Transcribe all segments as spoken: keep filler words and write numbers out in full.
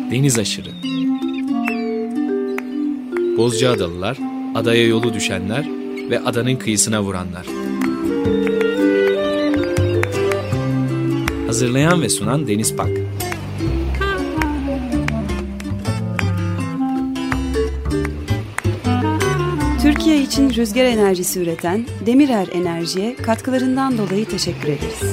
Deniz aşırı. Bozcaadalılar, adaya yolu düşenler ve adanın kıyısına vuranlar. Hazırlayan ve sunan Deniz Pak. Türkiye için rüzgar enerjisi üreten Demirer Enerji'ye katkılarından dolayı teşekkür ederiz.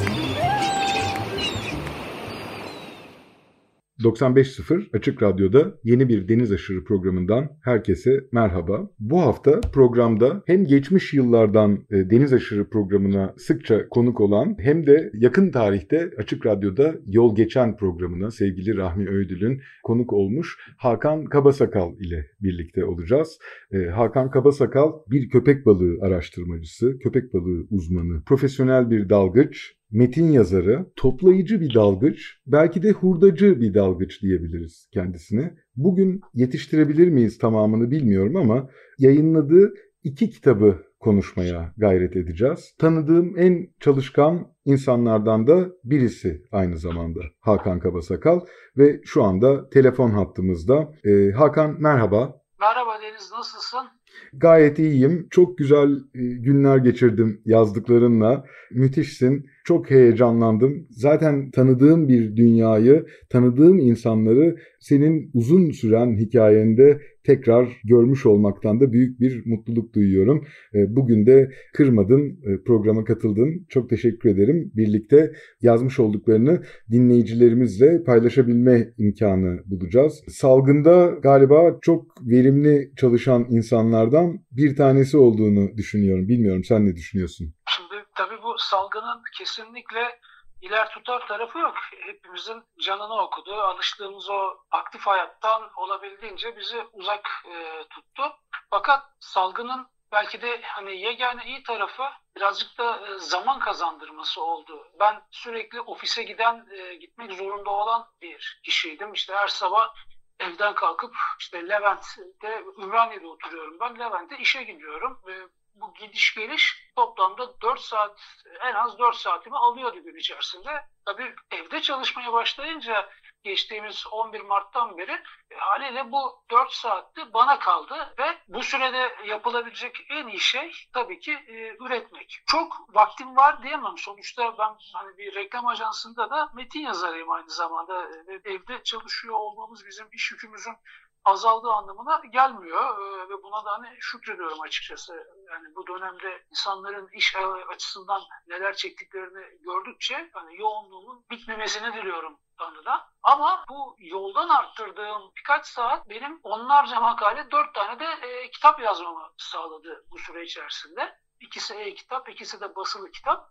doksan beş nokta sıfır Açık Radyo'da yeni bir Deniz Aşırı programından herkese merhaba. Bu hafta programda hem geçmiş yıllardan Deniz Aşırı programına sıkça konuk olan hem de yakın tarihte Açık Radyo'da Yol Geçen programına sevgili Rahmi Öydül'ün konuk olmuş Hakan Kabasakal ile birlikte olacağız. Hakan Kabasakal bir köpek balığı araştırmacısı, köpek balığı uzmanı, profesyonel bir dalgıç, metin yazarı, toplayıcı bir dalgıç, belki de hurdacı bir dalgıç diyebiliriz kendisine. Bugün yetiştirebilir miyiz tamamını bilmiyorum ama yayınladığı iki kitabı konuşmaya gayret edeceğiz. Tanıdığım en çalışkan insanlardan da birisi aynı zamanda Hakan Kabasakal ve şu anda telefon hattımızda. Ee, Hakan merhaba. Merhaba Deniz, nasılsın? Gayet iyiyim. Çok güzel günler geçirdim yazdıklarınla. Müthişsin. Çok heyecanlandım. Zaten tanıdığım bir dünyayı, tanıdığım insanları senin uzun süren hikayende tekrar görmüş olmaktan da büyük bir mutluluk duyuyorum. Bugün de kırmadın, programa katıldın. Çok teşekkür ederim. Birlikte yazmış olduklarını dinleyicilerimizle paylaşabilme imkanı bulacağız. Salgında galiba çok verimli çalışan insanlardan bir tanesi olduğunu düşünüyorum. Bilmiyorum, sen ne düşünüyorsun? Şimdi tabii bu salgının kesinlikle iler tutar tarafı yok. Hepimizin canını okudu. Alıştığımız o aktif hayattan olabildiğince bizi uzak e, tuttu. Fakat salgının belki de hani yegane iyi tarafı birazcık da e, zaman kazandırması oldu. Ben sürekli ofise giden, e, gitmek zorunda olan bir kişiydim. İşte her sabah evden kalkıp işte Levent'te, Ümraniye'de oturuyorum ben. Levent'te işe gidiyorum. E, bu gidiş geliş toplamda dört saat, en az dört saatimi alıyordu gün içerisinde. Tabii evde çalışmaya başlayınca geçtiğimiz on bir Mart'tan beri e, haliyle bu dört saatti bana kaldı ve bu sürede yapılabilecek en iyi şey tabii ki e, üretmek. Çok vaktim var diyemem. Sonuçta ben hani bir reklam ajansında da metin yazarıyım aynı zamanda. E, evde çalışıyor olmamız bizim iş yükümüzün azaldığı anlamına gelmiyor ee, ve buna da hani şükrediyorum açıkçası. Yani bu dönemde insanların iş açısından neler çektiklerini gördükçe hani yoğunluğumun bitmemesini diliyorum Tanrı'dan. Ama bu yoldan arttırdığım birkaç saat benim onlarca makale, dört tane de e, kitap yazmamı sağladı bu süre içerisinde. İkisi e-kitap, ikisi de basılı kitap.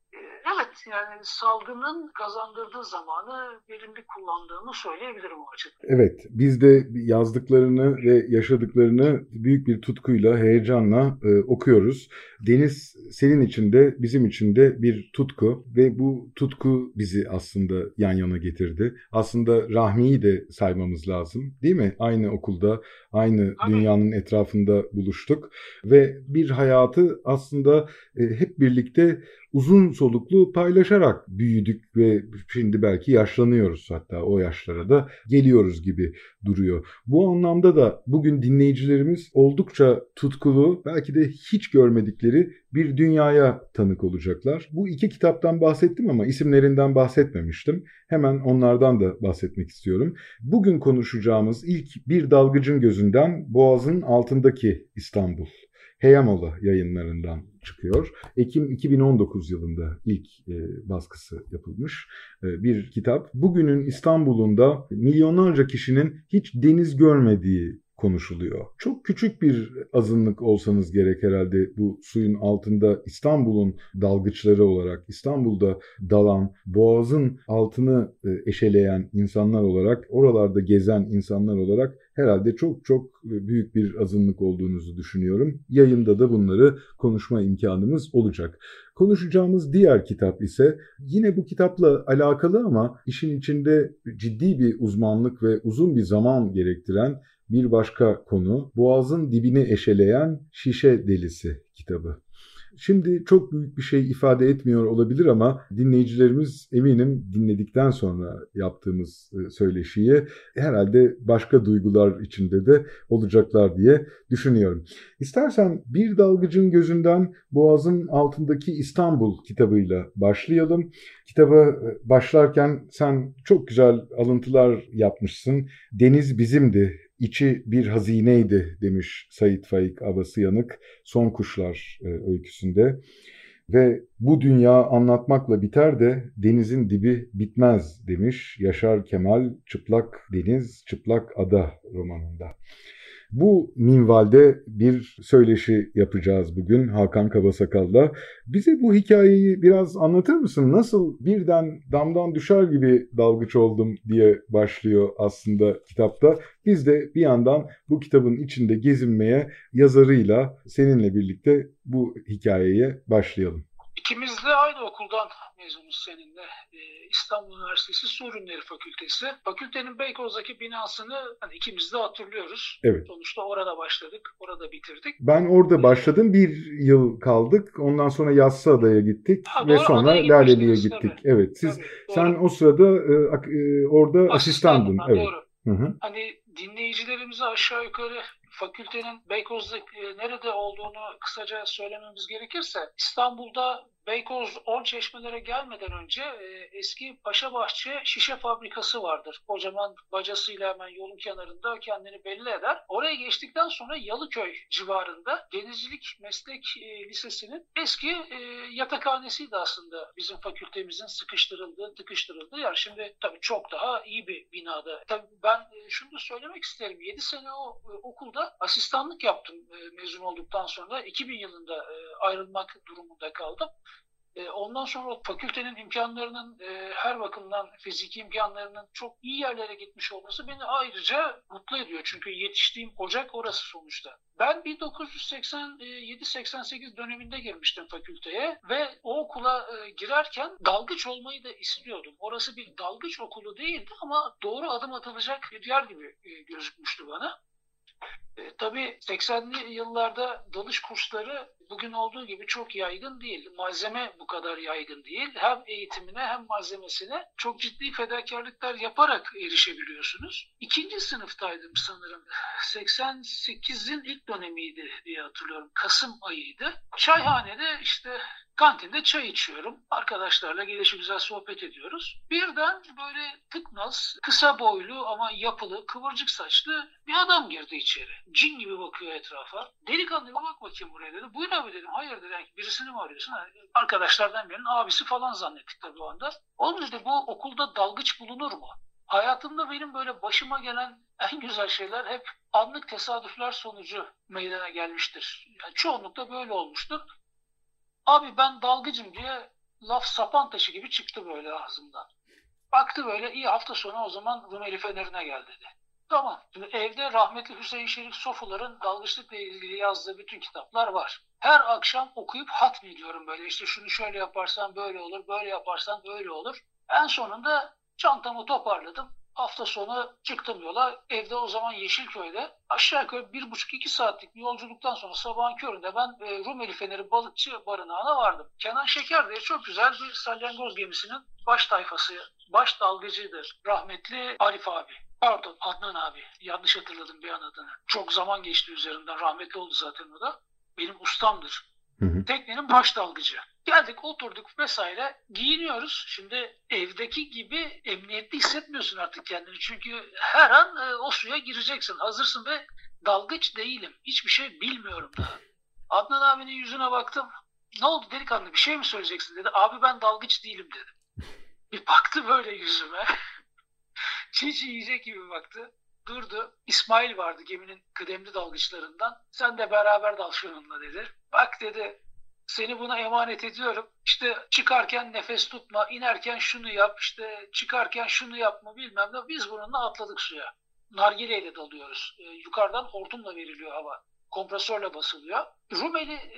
Evet, yani salgının kazandırdığı zamanı verimli kullandığımı söyleyebilirim o açıdan. Evet, biz de yazdıklarını ve yaşadıklarını büyük bir tutkuyla, heyecanla e, okuyoruz. Deniz senin için de bizim için de bir tutku ve bu tutku bizi aslında yan yana getirdi. Aslında Rahmi'yi de saymamız lazım, değil mi? Aynı okulda, aynı Tabii. dünyanın etrafında buluştuk ve bir hayatı aslında e, hep birlikte uzun soluklu paylaşarak büyüdük ve şimdi belki yaşlanıyoruz, hatta o yaşlara da geliyoruz gibi duruyor. Bu anlamda da bugün dinleyicilerimiz oldukça tutkulu, belki de hiç görmedikleri bir dünyaya tanık olacaklar. Bu iki kitaptan bahsettim ama isimlerinden bahsetmemiştim. Hemen onlardan da bahsetmek istiyorum. Bugün konuşacağımız ilk Bir Dalgıcın Gözünden Boğazın Altındaki İstanbul. Heyamola yayınlarından çıkıyor. Ekim iki bin on dokuz yılında ilk e, baskısı yapılmış e, bir kitap. Bugünün İstanbul'unda milyonlarca kişinin hiç deniz görmediği konuşuluyor. Çok küçük bir azınlık olsanız gerek herhalde bu suyun altında İstanbul'un dalgıçları olarak, İstanbul'da dalan, boğazın altını eşeleyen insanlar olarak, oralarda gezen insanlar olarak herhalde çok çok büyük bir azınlık olduğunuzu düşünüyorum. Yayında da bunları konuşma imkanımız olacak. Konuşacağımız diğer kitap ise yine bu kitapla alakalı ama işin içinde ciddi bir uzmanlık ve uzun bir zaman gerektiren bir başka konu, Boğazın Dibini Eşeleyen Şişe Delisi kitabı. Şimdi çok büyük bir şey ifade etmiyor olabilir ama dinleyicilerimiz eminim dinledikten sonra yaptığımız söyleşiye herhalde başka duygular içinde de olacaklar diye düşünüyorum. İstersen Bir Dalgıcın Gözünden Boğazın Altındaki İstanbul kitabıyla başlayalım. Kitaba başlarken sen çok güzel alıntılar yapmışsın. Deniz bizimdi, içi bir hazineydi demiş Sait Faik Abasıyanık Son Kuşlar öyküsünde. Ve bu dünya anlatmakla biter de denizin dibi bitmez demiş Yaşar Kemal Çıplak Deniz, Çıplak Ada romanında. Bu minvalde bir söyleşi yapacağız bugün Hakan Kabasakal'la. Bize bu hikayeyi biraz anlatır mısın? Nasıl birden damdan düşer gibi dalgıç oldum diye başlıyor aslında kitapta. Biz de bir yandan bu kitabın içinde gezinmeye yazarıyla seninle birlikte bu hikayeye başlayalım. İkimiz de aynı okuldan mezunuz seninle. Ee, İstanbul Üniversitesi Su Ürünleri Fakültesi. Fakültenin Beykoz'daki binasını hani ikimiz de hatırlıyoruz. Evet. Sonuçta orada başladık, orada bitirdik. Ben orada başladım. Bir yıl kaldık. Ondan sonra Yassıada'ya gittik Ha, ve doğru, sonra Laleli'ye gittik. tabii. Evet. Siz Tabii, sen o sırada e, e, orada asistandın. Ben, Evet. doğru. Hı hı. Hani dinleyicilerimize aşağı yukarı fakültenin Beykoz'da e, nerede olduğunu kısaca söylememiz gerekirse, İstanbul'da Beykoz on Çeşmelere gelmeden önce e, eski Paşabahçe şişe fabrikası vardır. Kocaman bacasıyla hemen yolun kenarında kendini belli eder. Oraya geçtikten sonra Yalıköy civarında Denizcilik Meslek e, Lisesi'nin eski e, yatakhanesiydi aslında bizim fakültemizin sıkıştırıldığı, tıkıştırıldığı yer. Şimdi tabii çok daha iyi bir binada. Tabii ben e, şunu da söylemek isterim. yedi sene o e, okulda asistanlık yaptım e, mezun olduktan sonra. iki bin yılında e, ayrılmak durumunda kaldım. Ondan sonra fakültenin imkanlarının her bakımdan fiziki imkanlarının çok iyi yerlere gitmiş olması beni ayrıca mutlu ediyor. Çünkü yetiştiğim ocak orası sonuçta. Ben bin dokuz yüz seksen yedi seksen sekiz döneminde girmiştim fakülteye ve o okula girerken dalgıç olmayı da istiyordum. Orası bir dalgıç okulu değildi ama doğru adım atılacak bir yer gibi gözükmüştü bana. E, tabii seksenli yıllarda dalış kursları bugün olduğu gibi çok yaygın değil. Malzeme bu kadar yaygın değil. Hem eğitimine hem malzemesine çok ciddi fedakarlıklar yaparak erişebiliyorsunuz. İkinci sınıftaydım sanırım. seksen sekizin ilk dönemiydi diye hatırlıyorum. Kasım ayıydı. Çayhanede işte kantinde çay içiyorum. Arkadaşlarla gelişigüzel sohbet ediyoruz. Birden böyle tıknaz, kısa boylu ama yapılı, kıvırcık saçlı bir adam girdi içeri. Cin gibi bakıyor etrafa. Delikanlı bir bak bakayım buraya dedi. Buyur abi dedim. Hayır dedi. Birisini mi arıyorsun? Arkadaşlardan birinin abisi falan zannettik tabii o anda. Oğlum dedi, bu okulda dalgıç bulunur mu? Hayatımda benim böyle başıma gelen en güzel şeyler hep anlık tesadüfler sonucu meydana gelmiştir. Yani çoğunlukla böyle olmuştur. Abi ben dalgıcım diye laf sapan taşı gibi çıktı böyle ağzımdan. Baktı böyle, iyi hafta sonu o zaman Rumeli Feneri'ne gel dedi. Tamam. Şimdi evde rahmetli Hüseyin Şerif Sofular'ın dalgıçlıkla ilgili yazdığı bütün kitaplar var. Her akşam okuyup hatmediyorum böyle, işte şunu şöyle yaparsan böyle olur, böyle yaparsan böyle olur. En sonunda çantamı toparladım. Hafta sonu çıktım yola. Evde o zaman Yeşilköy'de aşağı yukarı bir buçuk iki saatlik bir yolculuktan sonra sabahın köründe ben e, Rumeli Feneri balıkçı barınağına vardım. Kenan Şeker diye çok güzel bir salyangoz gemisinin baş tayfası, baş dalgıcıydı rahmetli Arif abi. Pardon, Adnan abi. Yanlış hatırladım bir an adını. Çok zaman geçti üzerinden. Rahmetli oldu zaten o da. Benim ustamdır. Hı hı. Teknenin baş dalgıcı. Geldik, oturduk vesaire, giyiniyoruz. Şimdi evdeki gibi emniyetli hissetmiyorsun artık kendini. Çünkü her an e, o suya gireceksin. Hazırsın ve dalgıç değilim. Hiçbir şey bilmiyorum daha. Adnan abinin yüzüne baktım. Ne oldu delikanlı, bir şey mi söyleyeceksin dedi. Abi ben dalgıç değilim dedi. Bir baktı böyle yüzüme. Hiç yiyecek gibi baktı. Durdu. İsmail vardı geminin kıdemli dalgıçlarından. Sen de beraber dal şununla dedi. Bak dedi, seni buna emanet ediyorum. İşte çıkarken nefes tutma, inerken şunu yap, işte çıkarken şunu yapma bilmem ne. Biz bununla atladık suya. Nargileyle dalıyoruz. Ee, yukarıdan hortumla veriliyor hava. Kompresörle basılıyor. Rumeli e,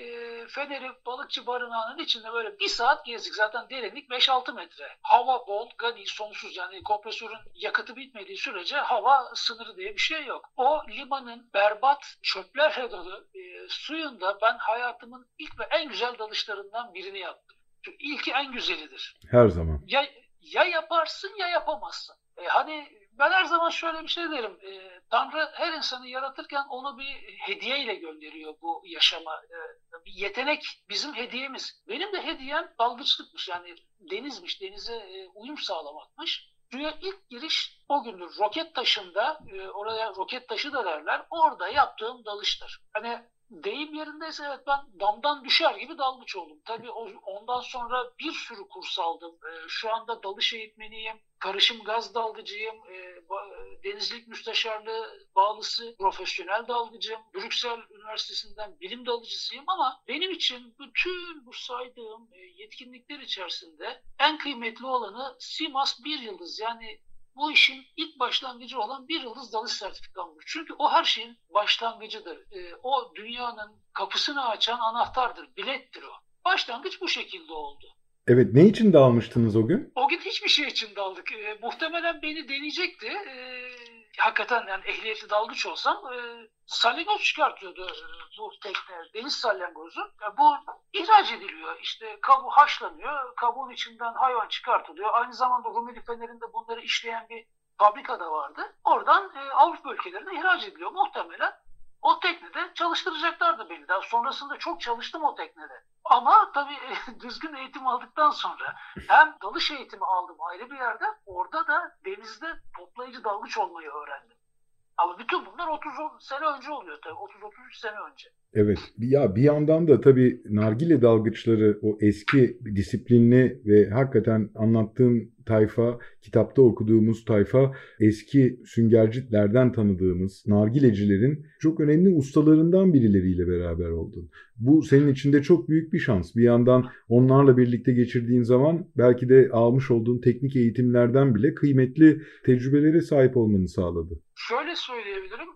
Feneri balıkçı barınağının içinde böyle bir saat gezdik. Zaten derinlik beş altı metre. Hava bol, gani, sonsuz. Yani kompresörün yakıtı bitmediği sürece hava sınırı diye bir şey yok. O limanın berbat çöplerle dolu e, suyunda ben hayatımın ilk ve en güzel dalışlarından birini yaptım. Çünkü ilki en güzelidir. Her zaman. Ya, ya yaparsın ya yapamazsın. E, hani ben her zaman şöyle bir şey derim. E, Tanrı her insanı yaratırken onu bir hediyeyle gönderiyor bu yaşama. E, bir yetenek bizim hediyemiz. Benim de hediyem dalgıçlıkmış. Yani denizmiş, denize e, uyum sağlamakmış. Suya ilk giriş o gündür. Roket taşında, e, oraya roket taşı da derler. Orada yaptığım dalıştır. Hani deyim yerindeyse evet ben damdan düşer gibi dalgıç oldum. Tabii ondan sonra bir sürü kurs aldım. Şu anda dalış eğitmeniyim, karışım gaz dalgıcıyım, denizcilik müsteşarlığı bağlısı profesyonel dalgıcım, Brüksel Üniversitesi'nden bilim dalgıcısıyım ama benim için bütün bu saydığım yetkinlikler içerisinde en kıymetli olanı SİMAS bir yıldız. Yani bu işin ilk başlangıcı olan bir yıldız dalış sertifikamdır. Çünkü o her şeyin başlangıcıdır. E, o dünyanın kapısını açan anahtardır, bilettir o. Başlangıç bu şekilde oldu. Evet, ne için dalmıştınız o gün? O gün hiçbir şey için daldık. E, muhtemelen beni deneyecekti. E, hakikaten yani ehliyetli dalgıç olsam e, salyangoz çıkartıyordu e, bu tekne, deniz salyangozu. E, bu ihraç ediliyor. İşte kabuğu haşlanıyor, kabuğun içinden hayvan çıkartılıyor. Aynı zamanda Rumeli Feneri'nde bunları işleyen bir fabrika da vardı. Oradan e, Avrupa ülkelerine ihraç ediliyor. Muhtemelen o teknede çalıştıracaklardı beni. Daha sonrasında çok çalıştım o teknede. Ama tabii düzgün eğitim aldıktan sonra hem dalış eğitimi aldım ayrı bir yerde, orada da denizde toplayıcı dalgıç olmayı öğrendim. Ama bütün bunlar otuz sene önce oluyor tabii. otuz otuz üç sene önce. Evet. Ya bir yandan da tabii nargile dalgıçları o eski disiplinli ve hakikaten anlattığın tayfa, kitapta okuduğumuz tayfa, eski süngercitlerden tanıdığımız nargilecilerin çok önemli ustalarından birileriyle beraber oldun. Bu senin için de çok büyük bir şans. Bir yandan onlarla birlikte geçirdiğin zaman belki de almış olduğun teknik eğitimlerden bile kıymetli tecrübelere sahip olmanı sağladı. Şöyle söyleyebilirim.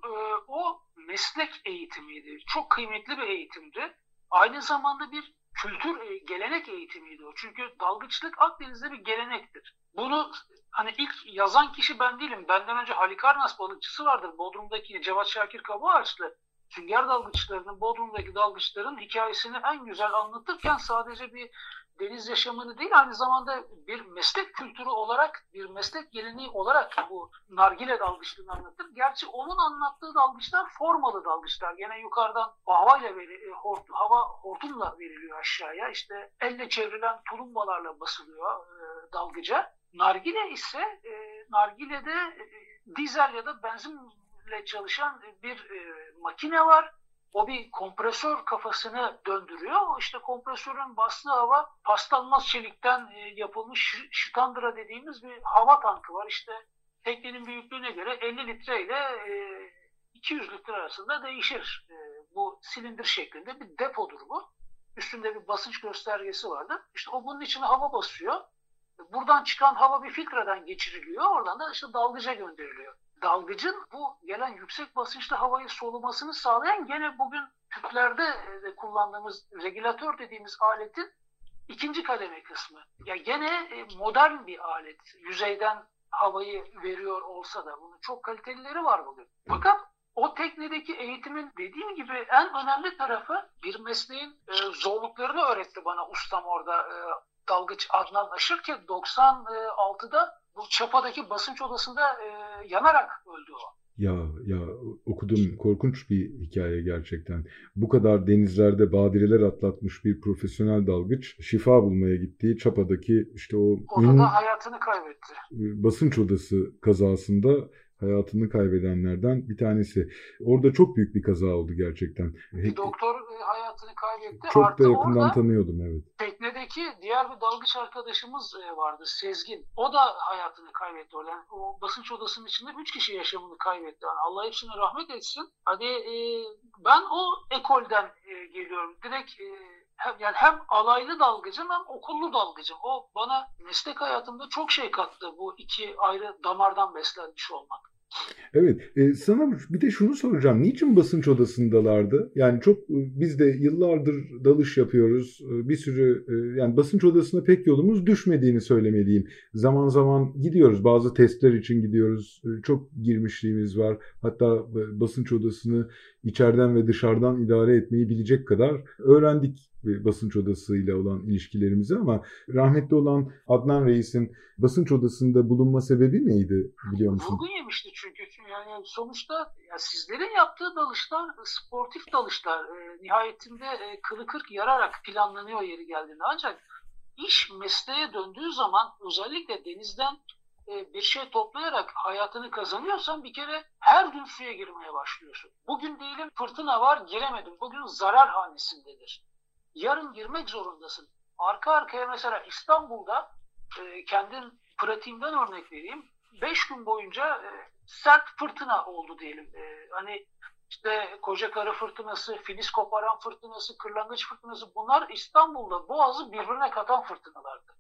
O meslek eğitimiydi. Çok kıymetli bir eğitimdi. Aynı zamanda bir kültür, gelenek eğitimiydi o. Çünkü dalgıçlık Akdeniz'de bir gelenektir. Bunu hani ilk yazan kişi ben değilim. Benden önce Halikarnas balıkçısı vardır. Bodrum'daki Cevat Şakir Kabaağaçlı. Sünger dalgıçlarının, Bodrum'daki dalgıçların hikayesini en güzel anlatırken sadece bir deniz yaşamını değil, aynı zamanda bir meslek kültürü olarak, bir meslek geleneği olarak bu nargile dalgıçlığını anlatır. Gerçi onun anlattığı dalgıçlar formalı dalgıçlar. Gene yukarıdan havayla veri, hort, hava hortumla veriliyor aşağıya. İşte elle çevrilen tulumbalarla basılıyor e, dalgıca. Nargile ise e, nargilede e, dizel ya da benzinle çalışan bir e, makine var. O bir kompresör kafasını döndürüyor. İşte kompresörün bastığı hava paslanmaz çelikten yapılmış şitandıra dediğimiz bir hava tankı var. İşte teknenin büyüklüğüne göre elli litre ile iki yüz litre arasında değişir. Bu silindir şeklinde bir depodur bu. Üstünde bir basınç göstergesi vardır. İşte o bunun içine hava basıyor. Buradan çıkan hava bir filtreden geçiriliyor. Oradan da işte dalgıca gönderiliyor. Dalgıcın bu gelen yüksek basınçlı havayı solumasını sağlayan gene bugün tüplerde kullandığımız regülatör dediğimiz aletin ikinci kademe kısmı. Ya gene modern bir alet. Yüzeyden havayı veriyor olsa da bunun çok kalitelileri var bugün. Fakat o teknedeki eğitimin dediğim gibi en önemli tarafı bir mesleğin zorluklarını öğretti bana ustam orada. Dalgıç Adnan Aşır ki doksan altıda bu Çapa'daki basınç odasında e, yanarak öldü o. Ya ya okudum, korkunç bir hikaye gerçekten. Bu kadar denizlerde badireler atlatmış bir profesyonel dalgıç şifa bulmaya gittiği Çapa'daki işte o orada ün, hayatını kaybetti. Basınç odası kazasında hayatını kaybedenlerden bir tanesi. Orada çok büyük bir kaza oldu gerçekten. Bir doktor hayatını kaybetti. Çok Artı da yakından orada tanıyordum, evet. Teknedeki diğer bir dalgıç arkadaşımız vardı, Sezgin. O da hayatını kaybetti orada. Yani o basınç odasının içinde üç kişi yaşamını kaybetti. Yani Allah hepsine rahmet etsin. Hani e, ben o ekolden e, geliyorum. Direkt e, hem, yani hem alaylı dalgıcım hem okullu dalgıcım. O bana meslek hayatımda çok şey kattı, bu iki ayrı damardan beslenmiş olmak. Evet, e, sana bir de şunu soracağım. Niçin basınç odasındalardı? Yani çok e, biz de yıllardır dalış yapıyoruz. E, bir sürü e, yani basınç odasına pek yolumuz düşmediğini söylemeliyim. Zaman zaman gidiyoruz. Bazı testler için gidiyoruz. E, çok girmişliğimiz var. Hatta e, basınç odasını içeriden ve dışarıdan idare etmeyi bilecek kadar öğrendik e, basınç odasıyla olan ilişkilerimizi, ama rahmetli olan Adnan Reis'in basınç odasında bulunma sebebi neydi, biliyor musun? Vurgun yemişti çünkü. Yani sonuçta ya sizlerin yaptığı dalışlar sportif dalışlar. E, nihayetinde e, kılı kırk yararak planlanıyor yeri geldiğinde. Ancak iş mesleğe döndüğü zaman özellikle denizden e, bir şey toplayarak hayatını kazanıyorsan bir kere her gün suya girmeye başlıyorsun. Bugün diyelim fırtına var, giremedim. Bugün zarar hanesindedir. Yarın girmek zorundasın. Arka arkaya mesela İstanbul'da e, kendim pratiğimden örnek vereyim. Beş gün boyunca e, sert fırtına oldu diyelim. E, hani işte Kocakarı fırtınası, Filiz koparan fırtınası, Kırlangıç fırtınası, bunlar İstanbul'da Boğaz'ı birbirine katan fırtınalardı.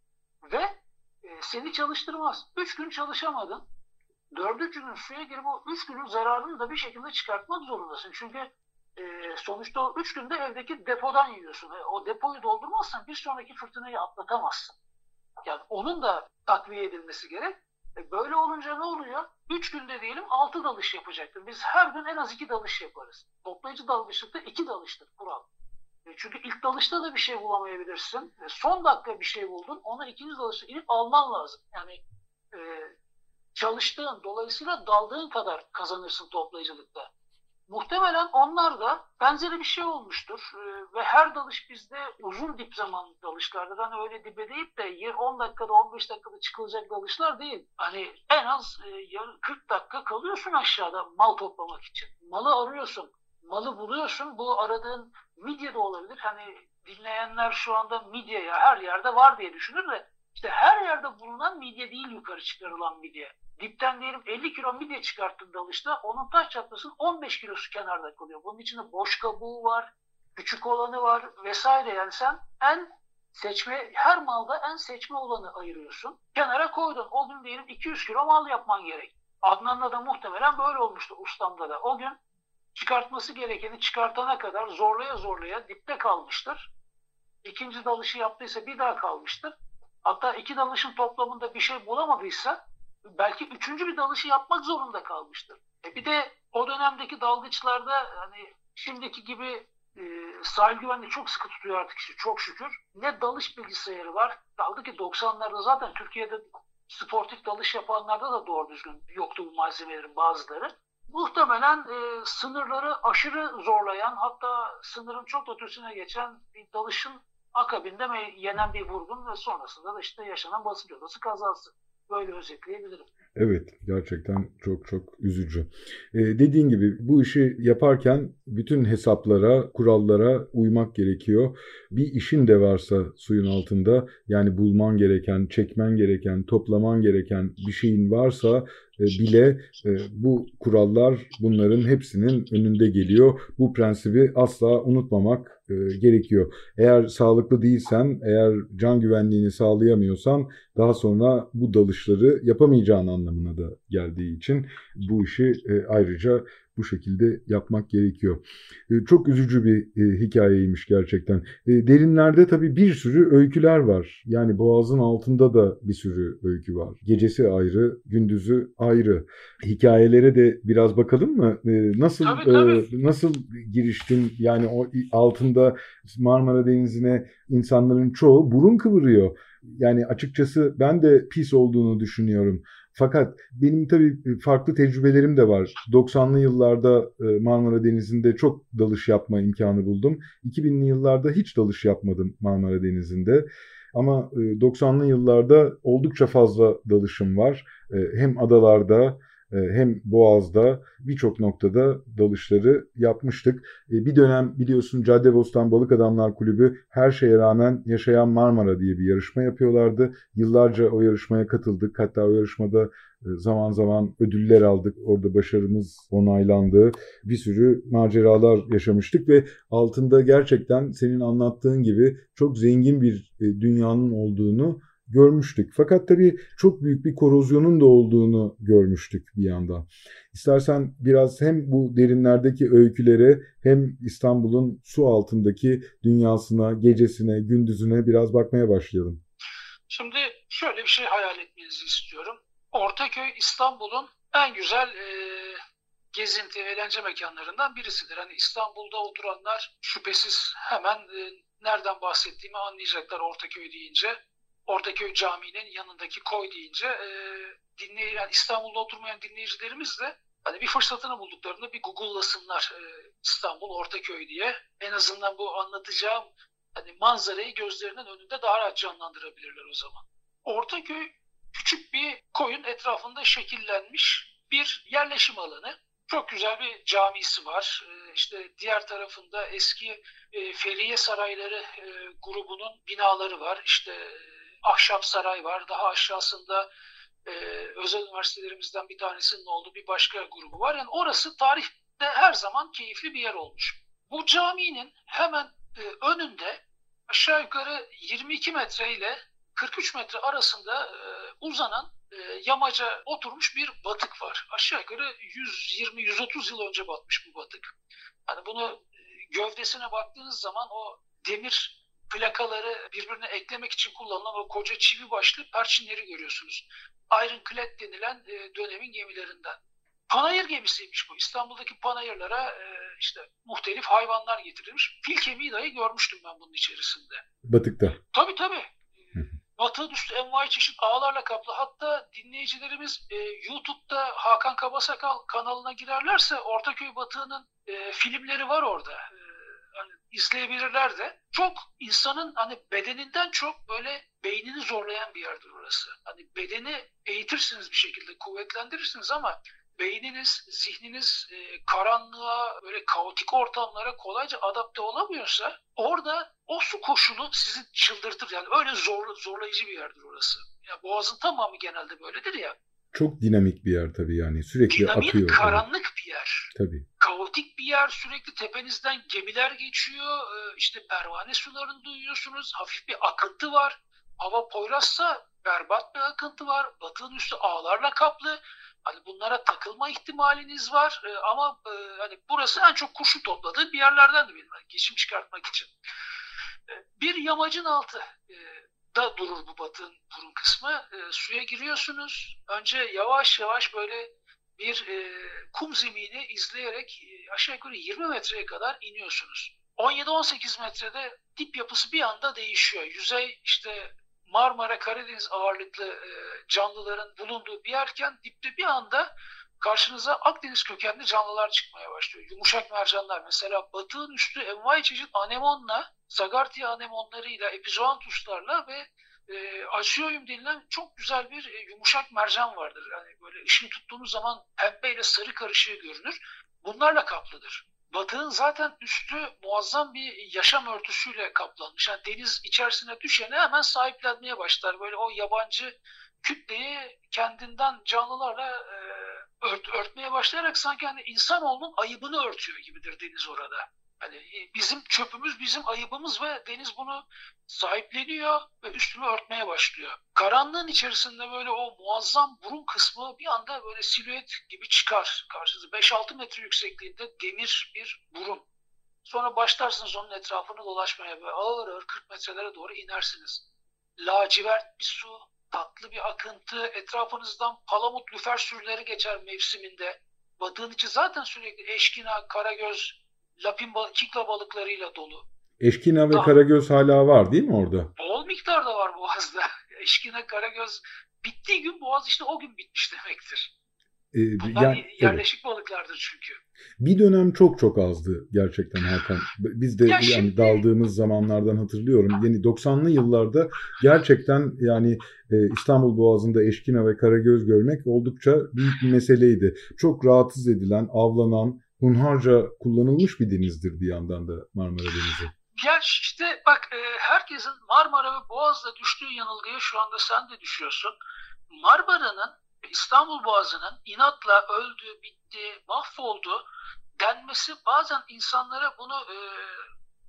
Ve e, seni çalıştırmaz. Üç gün çalışamadın. Dördüncü gün suya girip o üç günün zararını da bir şekilde çıkartmak zorundasın. Çünkü e, sonuçta o üç günde evdeki depodan yiyorsun. E, o depoyu doldurmazsan bir sonraki fırtınayı atlatamazsın. Yani onun da takviye edilmesi gerek. E, böyle olunca ne oluyor? Üç günde diyelim altı dalış yapacaktın. Biz her gün en az iki dalış yaparız. Toplayıcı dalgıçlıkta iki dalıştır kural. E, çünkü ilk dalışta da bir şey bulamayabilirsin. E, son dakika bir şey buldun. Onu ikinci dalışta inip alman lazım. Yani e, çalıştığın, dolayısıyla daldığın kadar kazanırsın toplayıcılıkta. Muhtemelen onlar da benzeri bir şey olmuştur. Ee, ve her dalış bizde uzun dip zamanlı dalışlardır. Hani öyle dibe deyip de on dakikada on beş dakikada çıkılacak dalışlar değil. Hani en az e, kırk dakika kalıyorsun aşağıda mal toplamak için. Malı arıyorsun, malı buluyorsun. Bu aradığın midye de olabilir. Hani dinleyenler şu anda midye ya her yerde var diye düşünür de işte her yerde bulunan midye değil, yukarı çıkarılan midye. Dipten diyelim elli kilo midye çıkarttın dalışta, onun taş çatlasın on beş kilosu kenarda kalıyor. Bunun içinde boş kabuğu var, küçük olanı var vesaire. Yani sen en seçme, her malda en seçme olanı ayırıyorsun. Kenara koydun. O gün diyelim iki yüz kilo mal yapman gerek. Adnan'da da muhtemelen böyle olmuştu, ustamda da. O gün çıkartması gerekeni çıkartana kadar zorlaya zorlaya dipte kalmıştır. İkinci dalışı yaptıysa bir daha kalmıştır. Hatta iki dalışın toplamında bir şey bulamadıysa belki üçüncü bir dalışı yapmak zorunda kalmıştır. E bir de o dönemdeki dalgıçlarda hani şimdiki gibi e, sahil güvenliği çok sıkı tutuyor artık işte, çok şükür. Ne dalış bilgisayarı var. Kaldı ki doksanlarda zaten Türkiye'de sportif dalış yapanlarda da doğru düzgün yoktu bu malzemelerin bazıları. Muhtemelen e, sınırları aşırı zorlayan, hatta sınırın çok ötesine geçen bir dalışın akabinde yenen bir vurgun ve sonrasında da işte yaşanan basınç odası kazası. Böyle özetleyebilirim. Evet, gerçekten çok çok üzücü. Ee, dediğin gibi bu işi yaparken bütün hesaplara, kurallara uymak gerekiyor. Bir işin de varsa suyun altında, yani bulman gereken, çekmen gereken, toplaman gereken bir şeyin varsa e, bile e, bu kurallar bunların hepsinin önünde geliyor. Bu prensibi asla unutmamak e, gerekiyor. Eğer sağlıklı değilsen, eğer can güvenliğini sağlayamıyorsan daha sonra bu dalışları yapamayacağın anlamına da geldiği için bu işi e, ayrıca bu şekilde yapmak gerekiyor. E, çok üzücü bir e, hikayeymiş gerçekten. E, derinlerde tabii bir sürü öyküler var. Yani Boğaz'ın altında da bir sürü öykü var. Gecesi ayrı, gündüzü ayrı. Hikayelere de biraz bakalım mı? E, nasıl tabii, tabii. E, nasıl giriştin? Yani o altında Marmara Denizi'ne insanların çoğu burun kıvırıyor. Yani açıkçası ben de pis olduğunu düşünüyorum. Fakat benim tabii farklı tecrübelerim de var. doksanlı yıllarda Marmara Denizi'nde çok dalış yapma imkanı buldum. iki binli yıllarda hiç dalış yapmadım Marmara Denizi'nde. Ama doksanlı yıllarda oldukça fazla dalışım var. Hem adalarda hem Boğaz'da birçok noktada dalışları yapmıştık. Bir dönem biliyorsun Caddebostan Balık Adamlar Kulübü Her Şeye Rağmen Yaşayan Marmara diye bir yarışma yapıyorlardı. Yıllarca o yarışmaya katıldık. Hatta o yarışmada zaman zaman ödüller aldık. Orada başarımız onaylandı. Bir sürü maceralar yaşamıştık ve altında gerçekten senin anlattığın gibi çok zengin bir dünyanın olduğunu görmüştük. Fakat tabii çok büyük bir korozyonun da olduğunu görmüştük bir yandan. İstersen biraz hem bu derinlerdeki öykülere hem İstanbul'un su altındaki dünyasına, gecesine, gündüzüne biraz bakmaya başlayalım. Şimdi şöyle bir şey hayal etmenizi istiyorum. Ortaköy İstanbul'un en güzel e, gezinti, eğlence mekanlarından birisidir. Hani İstanbul'da oturanlar şüphesiz hemen e, nereden bahsettiğimi anlayacaklar Ortaköy deyince. Ortaköy Camii'nin yanındaki koy deyince e, dinley yani İstanbul'da oturmayan dinleyicilerimiz de hani bir fırsatını bulduklarında bir Google'lasınlar e, İstanbul Ortaköy diye. En azından bu anlatacağım hani manzarayı gözlerinin önünde daha rahat canlandırabilirler o zaman. Ortaköy küçük bir koyun etrafında şekillenmiş bir yerleşim alanı. Çok güzel bir camisi var. Ee, işte diğer tarafında eski e, Feriye Sarayları e, grubunun binaları var. İşte e, Ahşap Saray var. Daha aşağısında e, özel üniversitelerimizden bir tanesinin olduğu bir başka grubu var. Yani orası tarihte her zaman keyifli bir yer olmuş. Bu caminin hemen e, önünde aşağı yukarı yirmi iki metre ile kırk üç metre arasında e, uzanan e, yamaca oturmuş bir batık var. Aşağı yukarı yüz yirmi yüz otuz yıl önce batmış bu batık. Hani bunu e, gövdesine baktığınız zaman o demir plakaları birbirine eklemek için kullanılan o koca çivi başlı perçinleri görüyorsunuz. Ironclad denilen e, dönemin gemilerinden. Panayır gemisiymiş bu. İstanbul'daki panayırlara e, işte muhtelif hayvanlar getirilmiş. Fil kemiği dahi görmüştüm ben bunun içerisinde. Batıkta. Tabii tabii. Batığın üstü envai çeşit ağlarla kaplı. Hatta dinleyicilerimiz e, YouTube'da Hakan Kabasakal kanalına girerlerse Ortaköy Batığı'nın e, filmleri var orada. E, hani izleyebilirler de. Çok insanın hani bedeninden çok böyle beynini zorlayan bir yerdir orası. Hani bedeni eğitirsiniz bir şekilde, kuvvetlendirirsiniz ama beyniniz, zihniniz e, karanlığa, böyle kaotik ortamlara kolayca adapte olamıyorsa orada o su koşulu sizi çıldırtır. Yani öyle zor, zorlayıcı bir yerdir orası. Yani Boğaz'ın tamamı genelde böyledir ya. Çok dinamik bir yer tabii yani. Sürekli Dinamik, akıyor. karanlık bir yer. Tabii. Kaotik bir yer. Sürekli tepenizden gemiler geçiyor. E, işte pervane sularını duyuyorsunuz. Hafif bir akıntı var. Hava Poyraz'sa berbat bir akıntı var. Batığın üstü ağlarla kaplı. Hani bunlara takılma ihtimaliniz var ee, ama e, hani burası en çok kurşun topladığı bir yerlerden de benim hani geçim çıkartmak için. E, bir yamacın altı e, da durur bu batığın burun kısmı. E, suya giriyorsunuz. Önce yavaş yavaş böyle bir e, kum zemini izleyerek e, aşağı yukarı yirmi metreye kadar iniyorsunuz. on yedi on sekiz metrede dip yapısı bir anda değişiyor. Yüzey işte Marmara, Karadeniz ağırlıklı e, canlıların bulunduğu bir yerken dipte bir anda karşınıza Akdeniz kökenli canlılar çıkmaya başlıyor. Yumuşak mercanlar mesela batığın üstü envai çeşit anemonla, Zagartia anemonlarıyla, epizoantuslarla ve e, Asyonium denilen çok güzel bir e, yumuşak mercan vardır. Yani böyle ışığı tuttuğunuz zaman pembe ile sarı karışığı görünür. Bunlarla kaplıdır. Batığın zaten üstü muazzam bir yaşam örtüsüyle kaplanmış. Yani deniz içerisine düşene hemen sahiplenmeye başlar. Böyle o yabancı kütleyi kendinden canlılarla e, ört, örtmeye başlayarak sanki hani insanoğlunun ayıbını örtüyor gibidir deniz orada. Hani bizim çöpümüz bizim ayıbımız ve deniz bunu sahipleniyor ve üstünü örtmeye başlıyor. Karanlığın içerisinde böyle o muazzam burun kısmı bir anda böyle silüet gibi çıkar karşınıza. beş altı metre yüksekliğinde demir bir burun. Sonra başlarsınız onun etrafını dolaşmaya ve ağır ağır kırk metrelere doğru inersiniz. Lacivert bir su, tatlı bir akıntı, etrafınızdan palamut lüfer sürüleri geçer mevsiminde. Batığın içi zaten sürekli eşkina, karagöz, lapin balık, kikla balıklarıyla dolu. Eşkina ve Daha, karagöz hala var değil mi orada? Bol miktarda var Boğaz'da. Eşkina, karagöz bittiği gün Boğaz işte o gün bitmiş demektir. Ee, Bunlar yani, yerleşik tabii. balıklardır çünkü. Bir dönem çok çok azdı gerçekten Hakan. Biz de Ya yani şimdi, daldığımız zamanlardan hatırlıyorum. Yeni doksanlı yıllarda gerçekten yani e, İstanbul Boğazı'nda eşkina ve karagöz görmek oldukça büyük bir meseleydi. Çok rahatsız edilen, avlanan, hunharca kullanılmış bir denizdir bir yandan da Marmara Denizi. Ya işte bak e, herkesin Marmara ve Boğaz'da düştüğü yanılgıya şu anda sen de düşüyorsun. Marmara'nın, İstanbul Boğazı'nın inatla öldü, bitti, mahvoldu denmesi bazen insanlara bunu e,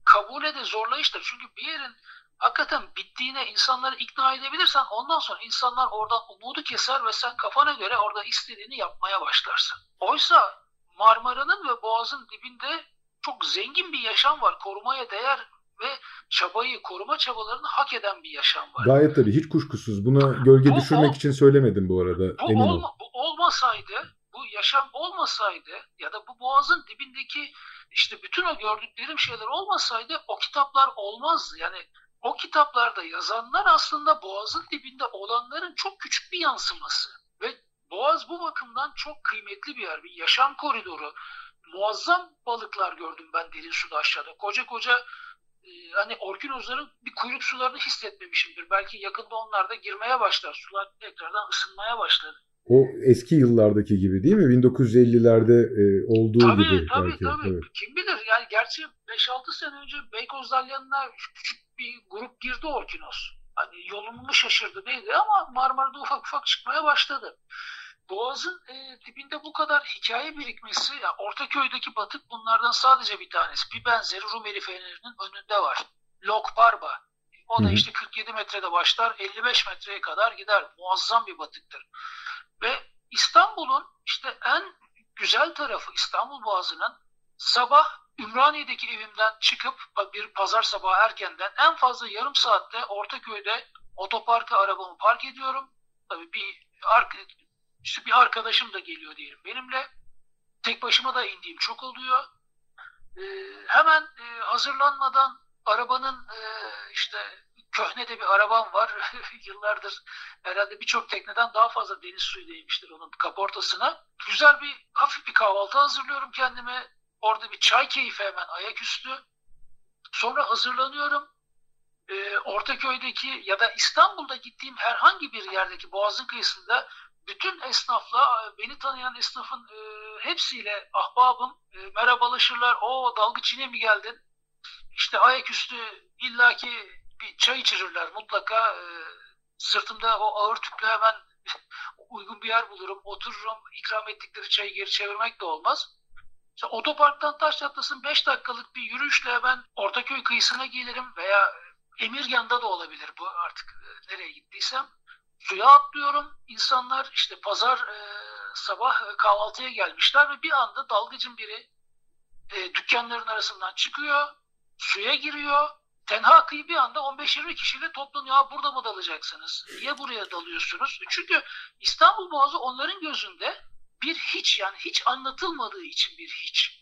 kabule de zorlayıştır. Çünkü bir yerin hakikaten bittiğine insanları ikna edebilirsen ondan sonra insanlar oradan umudu keser ve sen kafana göre orada istediğini yapmaya başlarsın. Oysa Marmara'nın ve Boğaz'ın dibinde çok zengin bir yaşam var. Korumaya değer ve çabayı, koruma çabalarını hak eden bir yaşam var. Gayet tabii, hiç kuşkusuz. Buna gölge Bu- düşürmek bu- için söylemedim bu arada, Bu, emin ol. olma, bu olmasaydı, bu yaşam olmasaydı ya da bu boğazın dibindeki işte bütün o gördüklerim şeyler olmasaydı o kitaplar olmazdı. Yani o kitaplarda yazanlar aslında boğazın dibinde olanların çok küçük bir yansıması. Ve boğaz bu bakımdan çok kıymetli bir yer, bir yaşam koridoru. Muazzam balıklar gördüm ben derin suda aşağıda. Koca koca e, hani orkinozların bir kuyruk sularını hissetmemişimdir. Belki yakında onlar da girmeye başlar. Sular tekrardan ısınmaya başladı. O eski yıllardaki gibi değil mi? bin dokuz yüz ellilerde e, olduğu Tabii gibi tabii belki. tabii. Evet. Kim bilir yani gerçi beş altı sene önce Beykoz Dalyanı'na küçük bir grup girdi orkinos. Hani yolunu mu şaşırdı neydi ama Marmara'da ufak ufak çıkmaya başladı. Boğaz'ın e, dibinde bu kadar hikaye birikmesi, yani Ortaköy'deki batık bunlardan sadece bir tanesi. Bir benzeri Rumeli Feneri'nin önünde var. Lok Barba. O da Hı hı. işte kırk yedi metrede başlar, elli beş metreye kadar gider. Muazzam bir batıktır. Ve İstanbul'un işte en güzel tarafı İstanbul Boğazı'nın sabah Ümraniye'deki evimden çıkıp bir pazar sabahı erkenden en fazla yarım saatte Ortaköy'de otoparka arabamı park ediyorum. Tabii bir işte bir arkadaşım da geliyor diyelim benimle. Tek başıma da indiğim çok oluyor. Ee, hemen e, hazırlanmadan arabanın e, işte köhne de bir arabam var. Yıllardır herhalde birçok tekneden daha fazla deniz suyu değmiştir onun kaportasına. Güzel bir hafif bir kahvaltı hazırlıyorum kendime. Orada bir çay keyfi hemen ayaküstü. Sonra hazırlanıyorum. Ee, Ortaköy'deki ya da İstanbul'da gittiğim herhangi bir yerdeki Boğaz'ın kıyısında bütün esnafla, beni tanıyan esnafın e, hepsiyle ahbabım, e, merhabalaşırlar. O dalgıç yine mi geldin? İşte ayaküstü illaki bir çay içirirler mutlaka. E, sırtımda o ağır tüple hemen uygun bir yer bulurum, otururum. İkram ettikleri çayı geri çevirmek de olmaz. İşte otoparktan Taş Çatlası'nın beş dakikalık bir yürüyüşle ben Ortaköy kıyısına gelirim veya Emirgan'da da olabilir bu artık e, nereye gittiysem. Suya atlıyorum. İnsanlar işte pazar e, sabah e, kahvaltıya gelmişler ve bir anda dalgıcın biri e, dükkanların arasından çıkıyor, suya giriyor. Tenha kıyı bir anda on beş yirmi kişiyle toplanıyor. Ha, burada mı dalacaksınız? Niye buraya dalıyorsunuz? Çünkü İstanbul Boğazı onların gözünde bir hiç, yani hiç anlatılmadığı için bir hiç.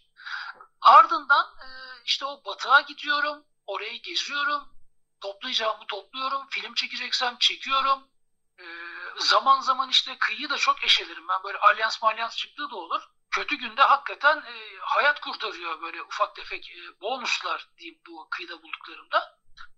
Ardından e, işte o batığa gidiyorum. Orayı geziyorum. Toplayacağımı topluyorum. Film çekeceksem çekiyorum. Ee, zaman zaman işte kıyıyı da çok eşelerim. Ben böyle alyans malyans çıktığı da olur. Kötü günde hakikaten e, hayat kurtarıyor böyle ufak tefek e, bonuslar diyeyim bu kıyıda bulduklarımda.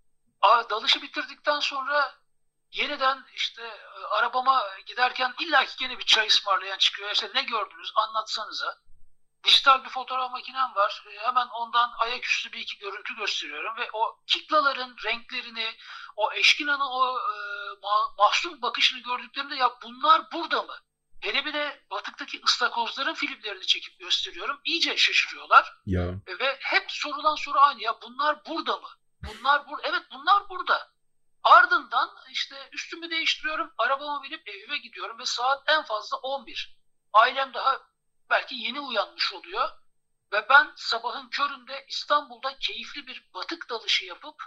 A, dalışı bitirdikten sonra yeniden işte e, arabama giderken illaki gene bir çay ısmarlayan çıkıyor. İşte ne gördünüz anlatsanıza. Dijital bir fotoğraf makinem var. E, hemen ondan ayaküstü bir iki görüntü gösteriyorum ve o kiklaların renklerini, o eşkinanın o e, ma- mahzun bakışını gördüklerinde ya bunlar burada mı? Hele bir de batıktaki ıstakozların filmlerini çekip gösteriyorum. İyice şaşırıyorlar. Ya. E, ve hep sorulan soru aynı, ya bunlar burada mı? Bunlar burada. Evet, bunlar burada. Ardından işte üstümü değiştiriyorum, arabama binip evime gidiyorum ve saat en fazla on bir. Ailem daha belki yeni uyanmış oluyor ve ben sabahın köründe İstanbul'da keyifli bir batık dalışı yapıp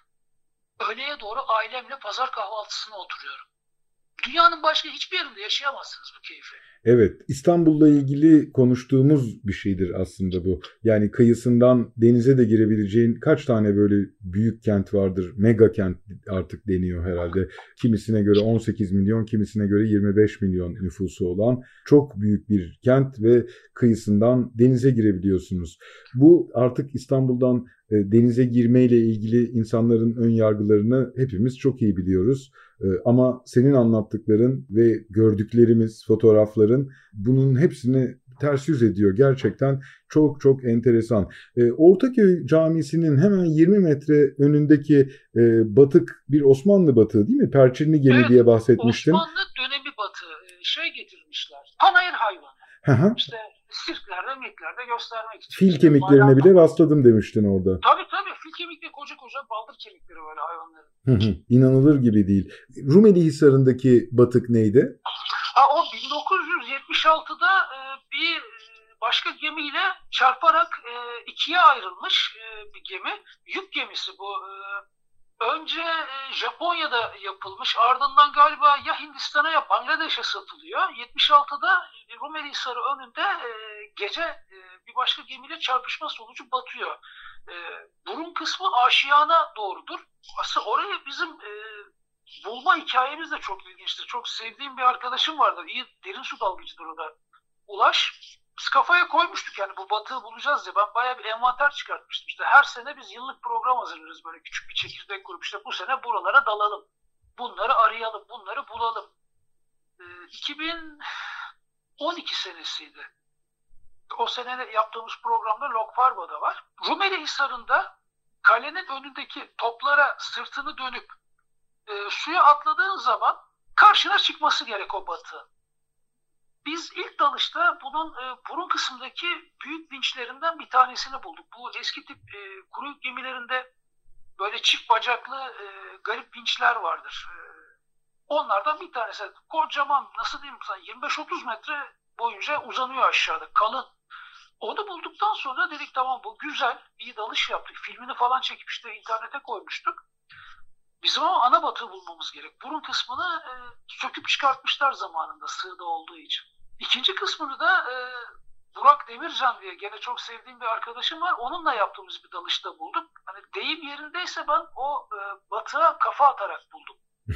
öğleye doğru ailemle pazar kahvaltısına oturuyorum. Dünyanın başka hiçbir yerinde yaşayamazsınız bu keyfi. Evet, İstanbul'la ilgili konuştuğumuz bir şeydir aslında bu. Yani kıyısından denize de girebileceğin kaç tane böyle büyük kent vardır, mega kent artık deniyor herhalde. Kimisine göre on sekiz milyon, kimisine göre yirmi beş milyon nüfusu olan çok büyük bir kent ve kıyısından denize girebiliyorsunuz. Bu artık İstanbul'dan e, denize girmeyle ilgili insanların ön yargılarını hepimiz çok iyi biliyoruz. Ama senin anlattıkların ve gördüklerimiz, fotoğrafların bunun hepsini ters yüz ediyor. Gerçekten çok çok enteresan. Ortaköy Camisi'nin hemen yirmi metre önündeki batık bir Osmanlı batığı değil mi? Perçinli gemi evet, diye bahsetmiştin. Osmanlı dönemi batığı şey getirmişler. Panayır hayvanı. Hı hı. İşte sirklerde, mirklerde göstermek için. Fil kemiklerine bile rastladım demiştin orada. Tabii tabii. Fil kemikleri, koca koca baldır kemikleri böyle hayvanların. Hı hı, İnanılır gibi değil. Rumeli Hisarı'ndaki batık neydi? Ha, o bin dokuz yüz yetmiş altıda e, bir başka gemiyle çarparak e, ikiye ayrılmış e, bir gemi. Yük gemisi bu. E, önce e, Japonya'da yapılmış. Ardından galiba ya Hindistan'a ya Bangladeş'e satılıyor. yetmiş altıda Rumeli Hisarı önünde e, gece e, bir başka gemiyle çarpışma sonucu batıyor. E, burun kısmı aşiyana doğrudur. Aslında orayı bizim e, bulma hikayemiz de çok ilginçtir. Çok sevdiğim bir arkadaşım vardır. İyi derin su dalgıcıdır o da. Ulaş. Biz kafaya koymuştuk yani bu batığı bulacağız diye. Ben bayağı bir envanter çıkartmıştım. İşte her sene biz yıllık program hazırlarız. Böyle küçük bir çekirdek grup. İşte bu sene buralara dalalım. Bunları arayalım. Bunları bulalım. Ee, iki bin on iki senesiydi. O sene yaptığımız programda Lokfarba'da var. Rumeli Hisarı'nda kalenin önündeki toplara sırtını dönüp e, suya atladığın zaman karşına çıkması gerek o batığın. Biz ilk dalışta bunun e, burun kısmındaki büyük vinçlerinden bir tanesini bulduk. Bu eski tip e, kuru yük gemilerinde böyle çift bacaklı e, garip vinçler vardır. E, onlardan bir tanesi. Kocaman, nasıl diyeyim sana, yirmi beş otuz metre boyunca uzanıyor aşağıda, kalın. Onu bulduktan sonra dedik tamam bu güzel, iyi dalış yaptık. Filmini falan çekip işte internete koymuştuk. Bizim ama ana batığı bulmamız gerek. Burun kısmını e, söküp çıkartmışlar zamanında sığda olduğu için. İkinci kısmını da e, Burak Demircan diye gene çok sevdiğim bir arkadaşım var. Onunla yaptığımız bir dalışta bulduk. Hani deyim yerindeyse ben o e, batığa kafa atarak buldum.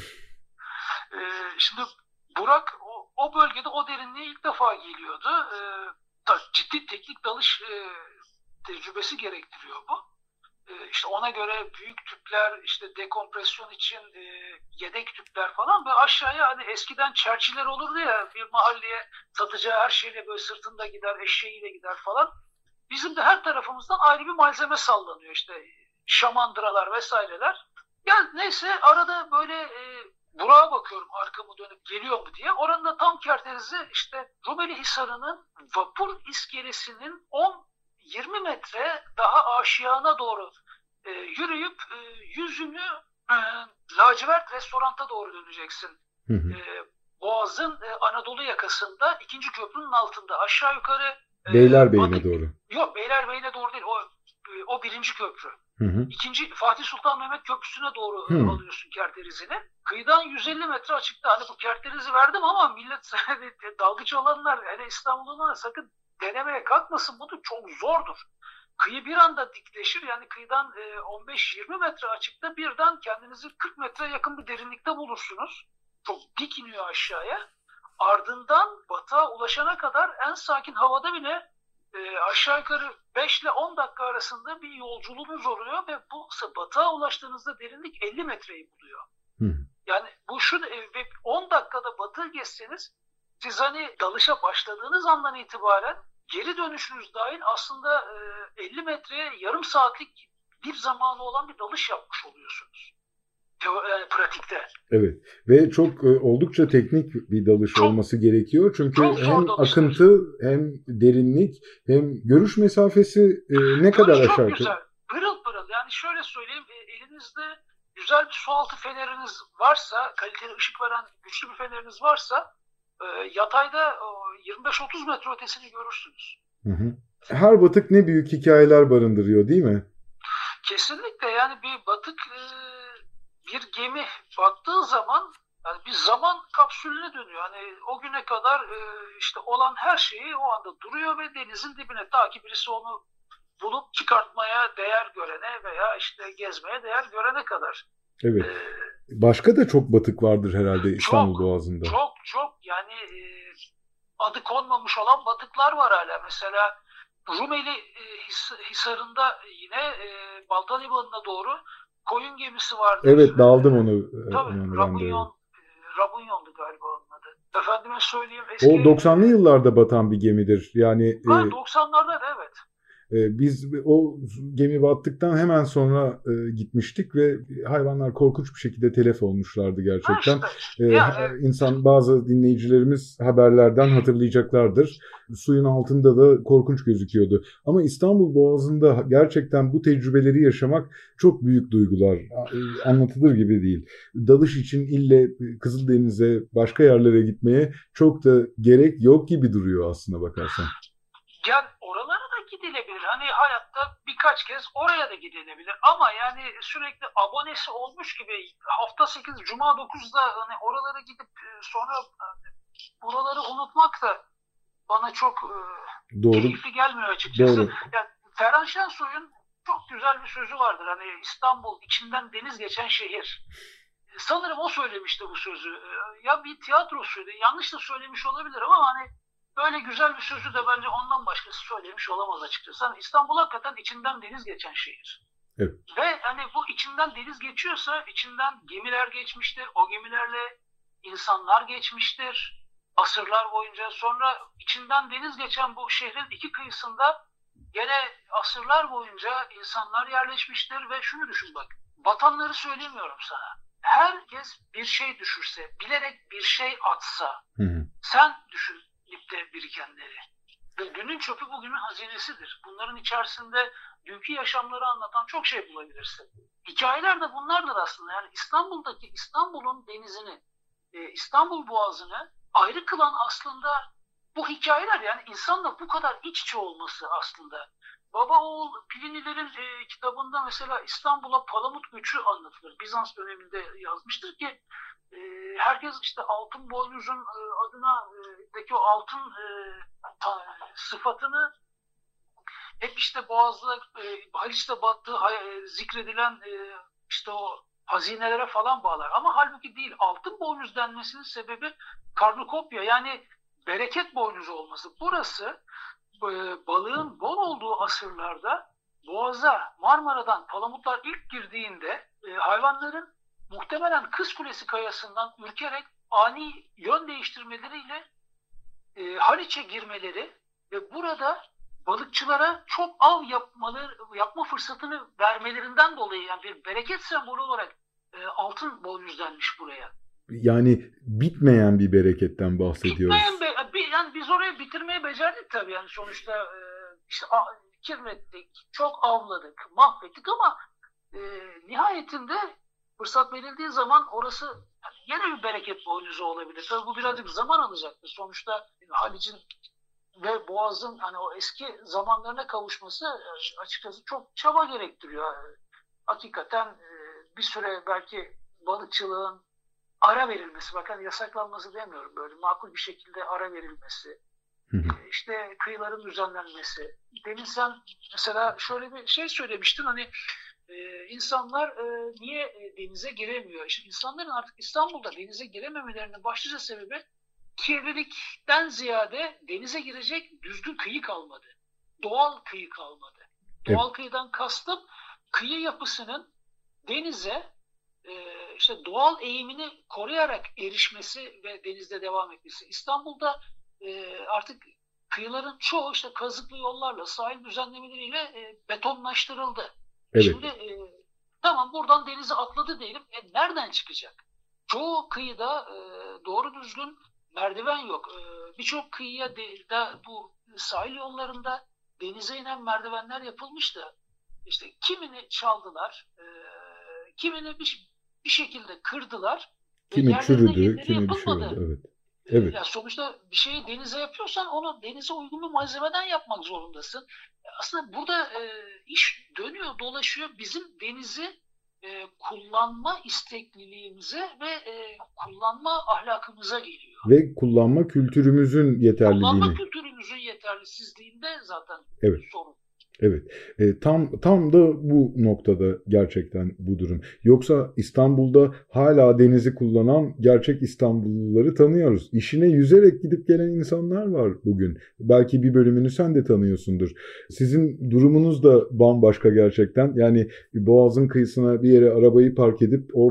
e, şimdi Burak o, o bölgede o derinliğe ilk defa geliyordu. E, ta, ciddi teknik dalış e, tecrübesi gerektiriyor bu. İşte ona göre büyük tüpler, işte dekompresyon için e, yedek tüpler falan ve aşağıya hani eskiden çerçiler olurdu ya bir mahalleye satacağı her şeyle böyle sırtında gider, eşeğiyle gider falan. Bizim de her tarafımızdan ayrı bir malzeme sallanıyor işte şamandıralar vesaireler. Yani neyse arada böyle e, Burak'a bakıyorum arkamı dönüp geliyor mu diye. Oranın da tam kerterizi işte Rumeli Hisarı'nın vapur iskelesinin on yirmi metre daha aşiyana doğru e, yürüyüp e, yüzünü e, lacivert restoranta doğru döneceksin. Hı hı. E, Boğaz'ın e, Anadolu yakasında ikinci köprünün altında aşağı yukarı e, Beylerbeyi'ne batı, doğru. Yok Beylerbeyi'ne doğru değil. O e, o birinci köprü. Hı hı. İkinci Fatih Sultan Mehmet Köprüsü'ne doğru hı. alıyorsun kerterizini. Kıyıdan yüz elli metre açıkta. Hani bu kerterizi verdim ama millet dalgıcı olanlar hele İstanbul'dan sakın denemeye kalkmasın, bunu çok zordur. Kıyı bir anda dikleşir yani kıyıdan on beş yirmi metre açıkta birden kendinizi kırk metre yakın bir derinlikte bulursunuz. Çok dik iniyor aşağıya. Ardından batığa ulaşana kadar en sakin havada bile e, aşağı yukarı beş ile on dakika arasında bir yolculuğunuz oluyor ve bu batığa ulaştığınızda derinlik elli metreyi buluyor. Hı. Yani bu şu on dakikada batığı geçseniz siz hani dalışa başladığınız andan itibaren geri dönüşünüz dahil aslında elli metreye yarım saatlik bir zamanı olan bir dalış yapmış oluyorsunuz. Yani pratikte. Evet ve çok oldukça teknik bir dalış çok, olması gerekiyor. Çünkü hem akıntı hem derinlik hem görüş mesafesi e, ne görüş kadar aşağı yukarı? Çok güzel. Pırıl pırıl. Yani şöyle söyleyeyim elinizde güzel bir sualtı feneriniz varsa, kaliteli ışık veren güçlü bir feneriniz varsa yatayda yirmi beş otuz metre ötesini görürsünüz. Hı hı. Her batık ne büyük hikayeler barındırıyor değil mi? Kesinlikle yani bir batık bir gemi battığı zaman yani bir zaman kapsülüne dönüyor. Hani o güne kadar işte olan her şeyi o anda duruyor ve denizin dibine ta ki birisi onu bulup çıkartmaya değer görene veya işte gezmeye değer görene kadar. Evet. Ee, Başka da çok batık vardır herhalde İstanbul çok, Boğazı'nda. Çok çok yani e, adı konmamış olan batıklar var hala. Mesela Rumeli e, His, Hisarı'nda yine e, Balta Limanı'na doğru koyun gemisi vardı. Evet daldım onu. Tabii Rabunyon, e, Rabunyon'du galiba onun adı. Efendime söyleyeyim. Eski, o doksanlı yıllarda batan bir gemidir. Yani ha, e, doksanlarda evet. Biz o gemi battıktan hemen sonra gitmiştik ve hayvanlar korkunç bir şekilde telef olmuşlardı gerçekten. Yani, İnsan, bazı dinleyicilerimiz haberlerden hatırlayacaklardır. Suyun altında da korkunç gözüküyordu. Ama İstanbul Boğazı'nda gerçekten bu tecrübeleri yaşamak çok büyük duygular. Anlatılır gibi değil. Dalış için ille Kızıldeniz'e, başka yerlere gitmeye çok da gerek yok gibi duruyor aslına bakarsan. Yani oralara da gidilebilir. Hani hayatta birkaç kez oraya da gidilebilir. Ama yani sürekli abonesi olmuş gibi hafta sekiz, cuma dokuzda hani oralara gidip sonra buraları unutmak da bana çok Doğru. keyifli gelmiyor açıkçası. Doğru. Yani Ferhan Şensoy'un çok güzel bir sözü vardır. Hani İstanbul içinden deniz geçen şehir. Sanırım o söylemişti bu sözü. Ya bir tiyatrosuydu. Yanlış da söylemiş olabilir ama hani böyle güzel bir sözü de bence ondan başkası söylemiş olamaz açıkçası. Yani İstanbul hakikaten içinden deniz geçen şehir. Evet. Ve hani bu içinden deniz geçiyorsa içinden gemiler geçmiştir. O gemilerle insanlar geçmiştir. Asırlar boyunca. Sonra içinden deniz geçen bu şehrin iki kıyısında gene asırlar boyunca insanlar yerleşmiştir. Ve şunu düşün bak. Batanları söylemiyorum sana. Herkes bir şey düşürse, bilerek bir şey atsa, hı hı. sen düşün dipte birikenleri. Ve dünün çöpü bugünün hazinesidir. Bunların içerisinde dünkü yaşamları anlatan çok şey bulabilirsin. Hikayeler de bunlardır aslında. Yani İstanbul'daki, İstanbul'un denizini, İstanbul Boğazı'nı ayrı kılan aslında bu hikayeler. Yani insanla bu kadar iç içe olması aslında. Baba oğul Plinilerin e, kitabında mesela İstanbul'a Palamut göçü anlatılır. Bizans döneminde yazmıştır ki e, herkes işte altın boynuzun e, adına e, o altın e, ta, sıfatını hep işte Boğaz'da e, Haliç'te battığı e, zikredilen e, işte o hazinelere falan bağlar. Ama halbuki değil. Altın boynuz denmesinin sebebi karnukopya, yani bereket boynuzu olması. Burası balığın bol olduğu asırlarda Boğaz'a, Marmara'dan palamutlar ilk girdiğinde e, hayvanların muhtemelen Kız Kulesi kayasından ürkerek ani yön değiştirmeleriyle e, Haliç'e girmeleri ve burada balıkçılara çok av yapmaları, yapma fırsatını vermelerinden dolayı, yani bir bereket sembolü olarak e, altın boynuz denmiş buraya. Yani bitmeyen bir bereketten bahsediyoruz. Bitmeyen be, yani biz orayı bitirmeyi becerdik tabii, yani sonuçta e, işte a, kirlettik, çok avladık, mahvettik ama e, nihayetinde fırsat verildiği zaman orası yine bir bereket boynuzu olabilir. Tabii bu birazcık zaman alacaktır. Sonuçta Haliç'in ve Boğaz'ın hani o eski zamanlarına kavuşması açıkçası çok çaba gerektiriyor. Hakikaten e, bir süre belki balıkçılığın ara verilmesi, bakın yasaklanması demiyorum, böyle makul bir şekilde ara verilmesi, hı hı. işte kıyıların düzenlenmesi. Demin sen mesela şöyle bir şey söylemiştin, hani e, insanlar e, niye e, denize giremiyor? İşte insanların artık İstanbul'da denize girememelerinin başlıca sebebi kirlilikten ziyade denize girecek düzgün kıyı kalmadı. Doğal kıyı kalmadı. Evet. Doğal kıyıdan kastım kıyı yapısının denize Ee, işte doğal eğimini koruyarak erişmesi ve denizde devam etmesi. İstanbul'da e, artık kıyıların çoğu işte kazıklı yollarla, sahil düzenlemeleriyle e, betonlaştırıldı. Evet. Şimdi e, tamam, buradan denize atladı diyelim. E, nereden çıkacak? Çoğu kıyıda e, doğru düzgün merdiven yok. E, Birçok kıyıya de, de, bu sahil yollarında denize inen merdivenler yapılmıştı. İşte kimini çaldılar, e, kimini bir bir şekilde kırdılar. Kimi çürüdü, kimi bir şey oldu. Evet. Evet. Ya sonuçta bir şeyi denize yapıyorsan onu denize uygun bir malzemeden yapmak zorundasın. Aslında burada e, iş dönüyor, dolaşıyor. Bizim denizi e, kullanma istekliliğimize ve e, kullanma ahlakımıza geliyor. Ve kullanma kültürümüzün yeterliliğine. Kullanma kültürümüzün yetersizliğinde zaten evet. sorun. Evet, e, tam tam da bu noktada gerçekten bu durum. Yoksa İstanbul'da hala denizi kullanan gerçek İstanbulluları tanıyoruz. İşine yüzerek gidip gelen insanlar var bugün. Belki bir bölümünü sen de tanıyorsundur. Sizin durumunuz da bambaşka gerçekten. Yani Boğaz'ın kıyısına bir yere arabayı park edip oradan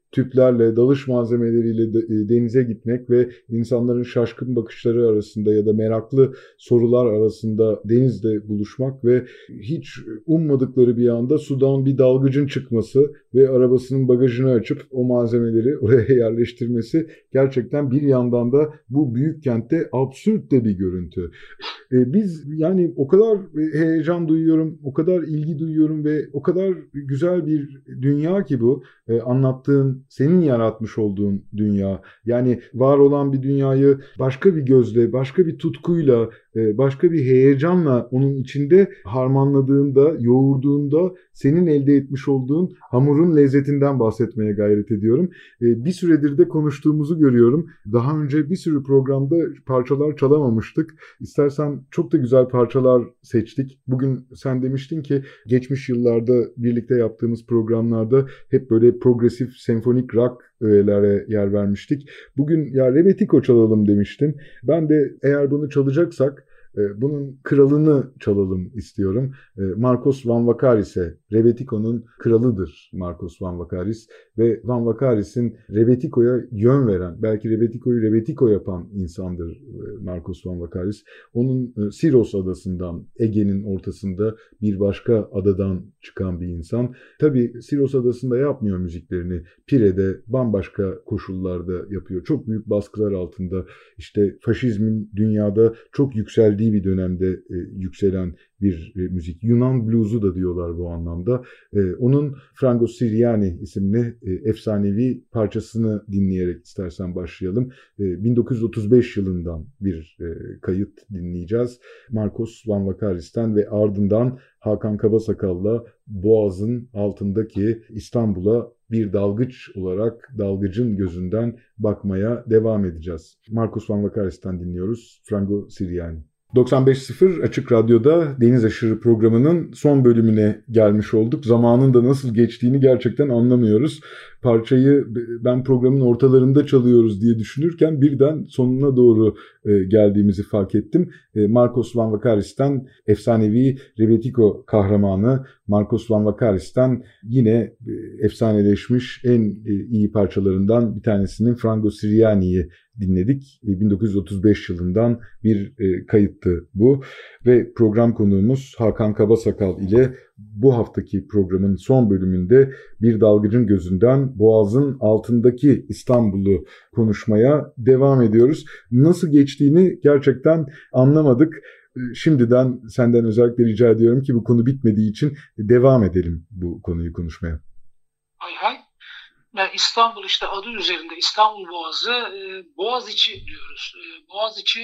tüplerle, dalış malzemeleriyle de, denize gitmek ve insanların şaşkın bakışları arasında ya da meraklı sorular arasında denizde buluşmak ve hiç ummadıkları bir anda sudan bir dalgıcın çıkması ve arabasının bagajını açıp o malzemeleri oraya yerleştirmesi gerçekten bir yandan da bu büyük kentte absürt de bir görüntü. Ee, biz yani o kadar heyecan duyuyorum, o kadar ilgi duyuyorum ve o kadar güzel bir dünya ki bu. Ee, anlattığın, senin yaratmış olduğun dünya. Yani var olan bir dünyayı başka bir gözle, başka bir tutkuyla, başka bir heyecanla onun içinde harmanladığında, yoğurduğunda senin elde etmiş olduğun hamurun lezzetinden bahsetmeye gayret ediyorum. Bir süredir de konuştuğumuzu görüyorum. Daha önce bir sürü programda parçalar çalamamıştık. İstersen çok da güzel parçalar seçtik. Bugün sen demiştin ki geçmiş yıllarda birlikte yaptığımız programlarda hep böyle progresif, senfonik rock öğelere yer vermiştik. Bugün ya Rebetiko çalalım demiştin. Ben de eğer bunu çalacaksak bunun kralını çalalım istiyorum. Marcos Van Vakaris'e, Rebetiko'nun kralıdır Marcos Van Vakaris ve Van Vakaris'in Rebetiko'ya yön veren, belki Rebetiko'yu Rebetiko yapan insandır Marcos Van Vakaris. Onun Siros adasından, Ege'nin ortasında bir başka adadan çıkan bir insan. Tabii Siros adasında yapmıyor müziklerini. Pire'de bambaşka koşullarda yapıyor. Çok büyük baskılar altında işte faşizmin dünyada çok yükseldiği bir dönemde e, yükselen bir e, müzik. Yunan bluzu da diyorlar bu anlamda. E, onun Frango Siriani isimli e, efsanevi parçasını dinleyerek istersen başlayalım. E, bin dokuz yüz otuz beş yılından bir e, kayıt dinleyeceğiz. Marcos Van Vakaris'ten ve ardından Hakan Kabasakal'la Boğaz'ın altındaki İstanbul'a bir dalgıç olarak dalgıcın gözünden bakmaya devam edeceğiz. Marcos Van Vakaris'ten dinliyoruz. Frango Siriani. doksan beş nokta sıfır Açık Radyo'da Deniz Aşırı programının son bölümüne gelmiş olduk. Zamanın da nasıl geçtiğini gerçekten anlamıyoruz. Parçayı ben programın ortalarında çalıyoruz diye düşünürken birden sonuna doğru geldiğimizi fark ettim. Marcos Van Vakaris'ten efsanevi Rebetiko kahramanı Marcos Van Vakaris'ten yine efsaneleşmiş en iyi parçalarından bir tanesinin Frango Siriani'yi dinledik. bin dokuz yüz otuz beş yılından bir kayıttı bu ve program konuğumuz Hakan Kabasakal ile bu haftaki programın son bölümünde bir dalgıcın gözünden Boğaz'ın altındaki İstanbul'u konuşmaya devam ediyoruz. Nasıl geçtiğini gerçekten anlamadık. Şimdiden senden özellikle rica ediyorum ki bu konu bitmediği için devam edelim bu konuyu konuşmaya. Hay hay. Yani İstanbul işte adı üzerinde İstanbul Boğazı, Boğaziçi diyoruz. Boğaziçi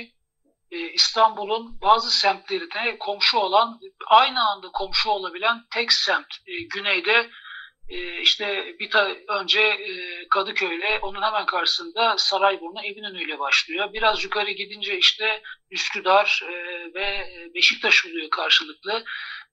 İstanbul'un bazı semtlerine komşu olan, aynı anda komşu olabilen tek semt. Güneyde işte bir ta önce Kadıköy'le, onun hemen karşısında Sarayburnu, Eminönü'yle başlıyor. Biraz yukarı gidince işte Üsküdar ve Beşiktaş oluyor karşılıklı.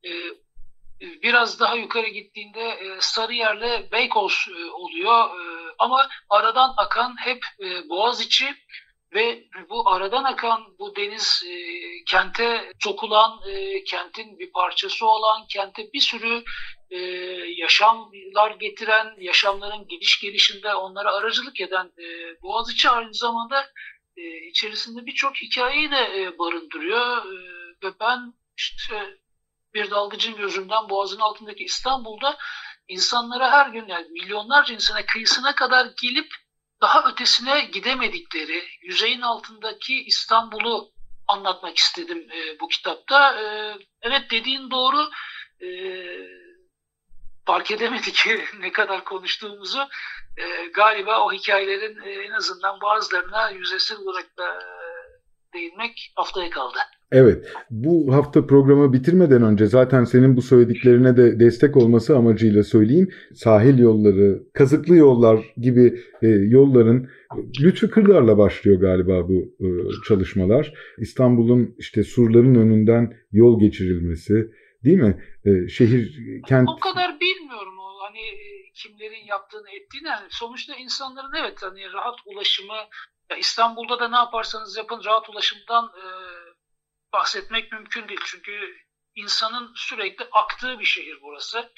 Biraz daha yukarı gittiğinde Sarıyer'le Beykoz oluyor. Ama aradan akan hep Boğaziçi ve bu aradan akan bu deniz e, kente sokulan, e, kentin bir parçası olan, kente bir sürü e, yaşamlar getiren, yaşamların gidiş gelişinde onlara aracılık eden e, Boğaziçi aynı zamanda e, içerisinde birçok hikayeyi de e, barındırıyor. E, ve ben işte bir dalgıcın gözünden Boğaz'ın altındaki İstanbul'da insanlara her gün, yani milyonlarca insana kıyısına kadar gelip daha ötesine gidemedikleri, yüzeyin altındaki İstanbul'u anlatmak istedim e, bu kitapta. E, evet, dediğin doğru. E, fark edemedik ne kadar konuştuğumuzu. E, galiba o hikayelerin e, en azından bazılarına yüzeysel olarak da e, değinmek haftaya kaldı. Evet, bu hafta programı bitirmeden önce zaten senin bu söylediklerine de destek olması amacıyla söyleyeyim. Sahil yolları, kazıklı yollar gibi e, yolların Lütfü Kırdar'la başlıyor galiba bu e, çalışmalar. İstanbul'un işte surların önünden yol geçirilmesi, değil mi? E, şehir, kent... O kadar bilmiyorum o hani kimlerin yaptığını ettiğini. Yani sonuçta insanların evet hani rahat ulaşımı, ya İstanbul'da da ne yaparsanız yapın rahat ulaşımdan e, bahsetmek mümkün değil. Çünkü insanın sürekli aktığı bir şehir burası.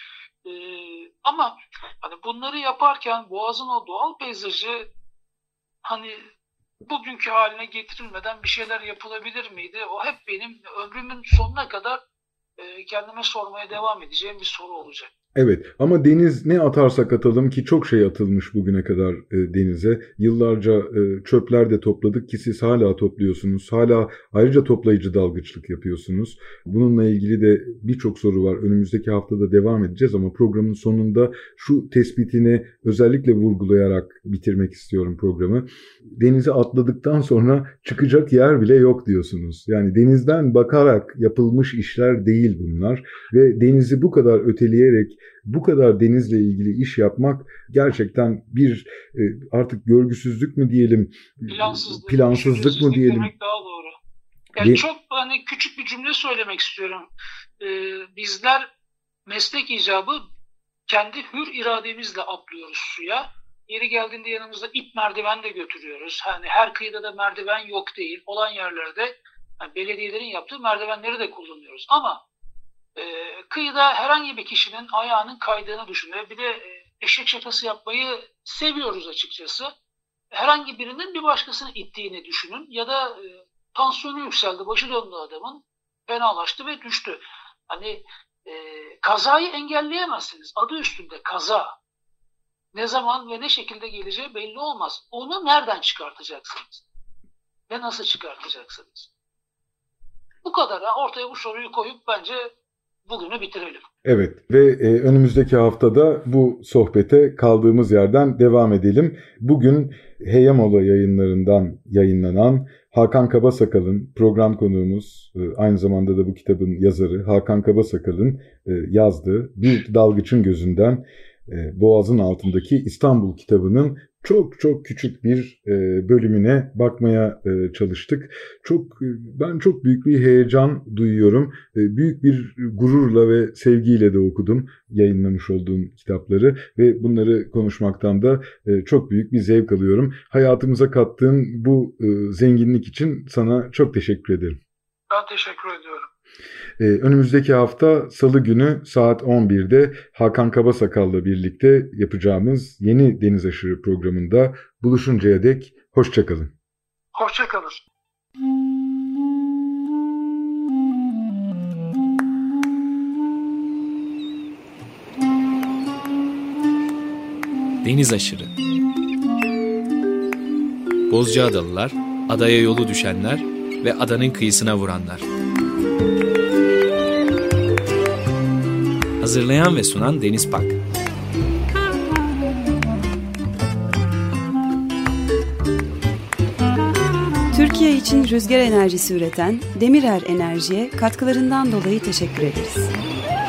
E, ama hani bunları yaparken Boğaz'ın o doğal peyzajı hani bugünkü haline getirilmeden bir şeyler yapılabilir miydi? O hep benim ömrümün sonuna kadar e, kendime sormaya devam edeceğim bir soru olacak. Evet, ama deniz ne atarsak atalım ki çok şey atılmış bugüne kadar e, denize. Yıllarca e, çöpler de topladık ki siz hala topluyorsunuz. Hala ayrıca toplayıcı dalgıçlık yapıyorsunuz. Bununla ilgili de birçok soru var. Önümüzdeki haftada devam edeceğiz ama programın sonunda şu tespitini özellikle vurgulayarak bitirmek istiyorum programı. Denize atladıktan sonra çıkacak yer bile yok diyorsunuz. Yani denizden bakarak yapılmış işler değil bunlar ve denizi bu kadar öteleyerek bu kadar denizle ilgili iş yapmak gerçekten bir e, artık görgüsüzlük mü diyelim, plansızlık, plansızlık mı diyelim. Demek daha doğru. Yani De- çok hani küçük bir cümle söylemek istiyorum. Ee, bizler meslek icabı kendi hür irademizle atlıyoruz suya. Yeri geldiğinde yanımızda ip merdiven de götürüyoruz. Hani her kıyıda da merdiven yok değil. Olan yerlerde yani belediyelerin yaptığı merdivenleri de kullanıyoruz. Ama e, kıyıda herhangi bir kişinin ayağının kaydığını düşünün. Bir de e, eşek şakası yapmayı seviyoruz açıkçası. Herhangi birinin bir başkasını ittiğini düşünün. Ya da e, tansiyonu yükseldi, başı döndü adamın. Fenalaştı ve düştü. Hani e, kazayı engelleyemezsiniz. Adı üstünde kaza. Ne zaman ve ne şekilde geleceği belli olmaz. Onu nereden çıkartacaksınız? Ve nasıl çıkartacaksınız? Bu kadar. Ortaya bu soruyu koyup bence bugünü bitirelim. Evet ve e, önümüzdeki haftada bu sohbete kaldığımız yerden devam edelim. Bugün Heyemola yayınlarından yayınlanan Hakan Kabasakal'ın program konuğumuz, e, aynı zamanda da bu kitabın yazarı Hakan Kabasakal'ın e, yazdığı Bir Dalgıçın Gözünden e, Boğazın Altındaki İstanbul kitabının çok çok küçük bir e, bölümüne bakmaya e, çalıştık. Çok e, ben çok büyük bir heyecan duyuyorum. E, büyük bir gururla ve sevgiyle de okudum yayınlamış olduğum kitapları ve bunları konuşmaktan da e, çok büyük bir zevk alıyorum. Hayatımıza kattığın bu e, zenginlik için sana çok teşekkür ederim. Ben teşekkür ediyorum. Ee, önümüzdeki hafta Salı günü saat on birde Hakan Kabasakal'la birlikte yapacağımız Yeni Deniz Aşırı programında buluşuncaya dek hoşça kalın. Hoşça kalın. Deniz Aşırı. Bozcaadalılar, adaya yolu düşenler ve adanın kıyısına vuranlar. Hazırlayan ve sunan Deniz Pak. Türkiye için rüzgar enerjisi üreten Demirer Enerji'ye katkılarından dolayı teşekkür ederiz.